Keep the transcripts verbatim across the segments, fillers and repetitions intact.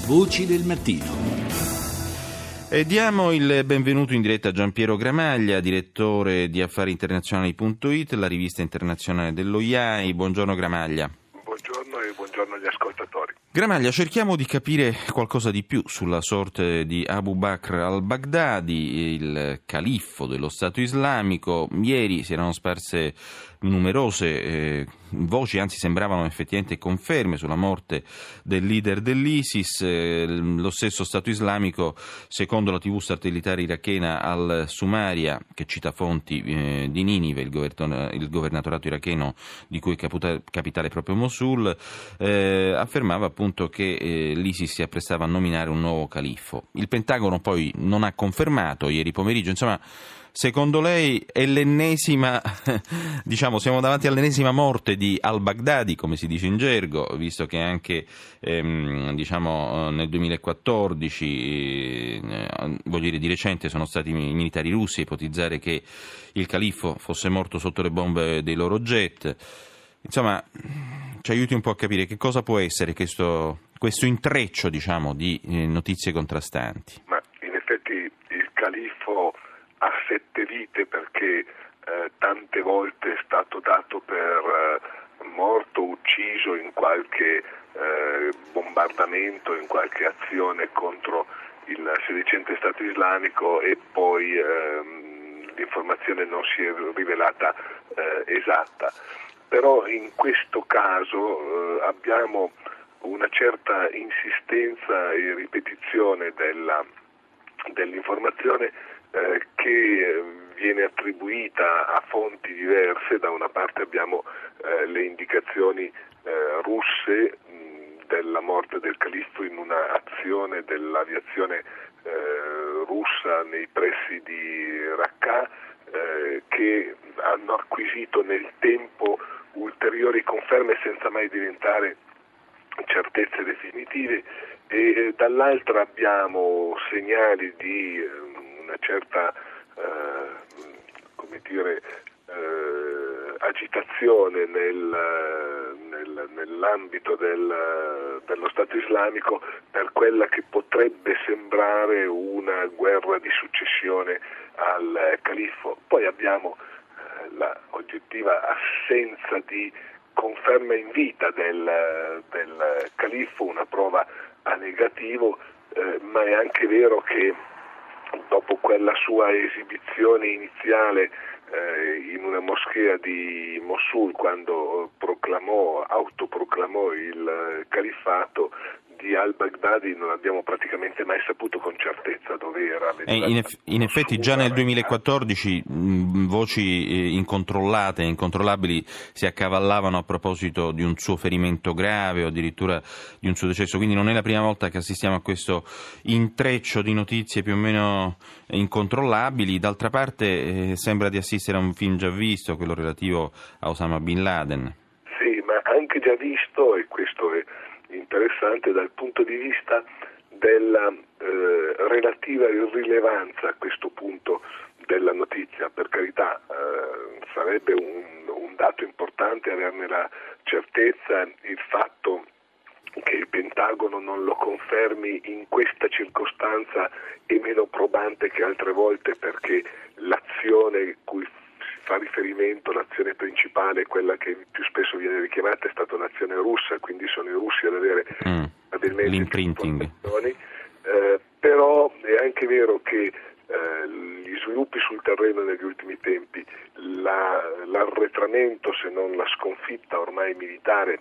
Voci del mattino. E diamo il benvenuto in diretta a Giampiero Gramaglia, direttore di affari internazionali punto it, la rivista internazionale dello I A I. Buongiorno Gramaglia. Buongiorno e buongiorno agli ascoltatori. Gramaglia, cerchiamo di capire qualcosa di più sulla sorte di Abu Bakr al-Baghdadi, il califfo dello Stato islamico. Ieri si erano sparse numerose eh, voci, anzi sembravano effettivamente conferme sulla morte del leader dell'ISIS. Eh, lo stesso Stato islamico, secondo la tivù satellitare irachena Al-Sumaria, che cita fonti eh, di Ninive, il, govern- il governatorato iracheno di cui è caputa- capitale proprio Mosul, eh, affermava appunto che eh, l'ISIS si apprestava a nominare un nuovo califfo. Il Pentagono poi non ha confermato ieri pomeriggio. Insomma, secondo lei è l'ennesima, diciamo, siamo davanti all'ennesima morte di al-Baghdadi, come si dice in gergo, visto che anche ehm, diciamo nel duemilaquattordici, eh, voglio dire di recente, sono stati i militari russi a ipotizzare che il califfo fosse morto sotto le bombe dei loro jet. Insomma, ci aiuti un po' a capire che cosa può essere questo, questo intreccio, diciamo, di eh, notizie contrastanti. Ma in effetti il califfo ha sette vite perché eh, tante volte è stato dato per eh, morto, ucciso in qualche eh, bombardamento, in qualche azione contro il sedicente Stato islamico e poi ehm, l'informazione non si è rivelata eh, esatta. Però in questo caso eh, abbiamo una certa insistenza e ripetizione della, dell'informazione eh, che viene attribuita a fonti diverse. Da una parte abbiamo eh, le indicazioni eh, russe mh, della morte del califfo in un'azione dell'aviazione eh, russa nei pressi di Raqqa, eh, che hanno acquisito nel tempo ulteriori conferme senza mai diventare certezze definitive, e eh, dall'altra abbiamo segnali di eh, una certa eh, come dire eh, agitazione nel, nel, nell'ambito del, dello Stato islamico per quella che potrebbe sembrare una guerra di successione al califfo. Poi abbiamo la oggettiva assenza di conferma in vita del, del califfo, una prova a negativo, eh, ma è anche vero che dopo quella sua esibizione iniziale eh, in una moschea di Mosul, quando proclamò, autoproclamò il califfato, di al-Baghdadi non abbiamo praticamente mai saputo con certezza dove era. Eh, in, eff- in effetti già nel duemilaquattordici mh, voci eh, incontrollate e incontrollabili si accavallavano a proposito di un suo ferimento grave o addirittura di un suo decesso, quindi non è la prima volta che assistiamo a questo intreccio di notizie più o meno incontrollabili. D'altra parte eh, sembra di assistere a un film già visto, quello relativo a Osama Bin Laden. Sì, ma anche già visto, e questo è interessante dal punto di vista della eh, relativa irrilevanza a questo punto della notizia. Per carità, eh, sarebbe un, un dato importante averne la certezza. Il fatto che il Pentagono non lo confermi in questa circostanza è meno probante che altre volte, perché l'azione cui fa riferimento, l'azione principale, quella che più spesso viene richiamata, è stata un'azione russa, quindi sono i russi ad avere mm, probabilmente l'imprinting. informazioni, eh, però è anche vero che eh, gli sviluppi sul terreno negli ultimi tempi, la, l'arretramento, se non la sconfitta ormai militare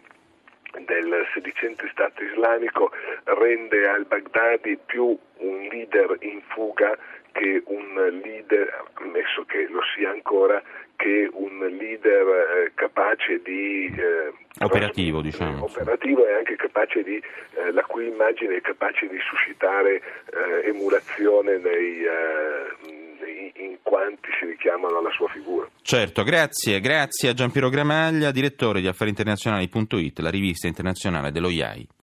del sedicente Stato islamico, rende al-Baghdadi più un leader in fuga che un leader, ammesso che lo sia ancora, che un leader eh, capace di eh, operativo, diciamo. Operativo e anche capace di, eh, la cui immagine è capace di suscitare eh, emulazione nei, eh, in quanti si richiamano alla sua figura. Certo, grazie, grazie a Giampiero Gramaglia, direttore di affari internazionali punto it, la rivista internazionale dello I A I.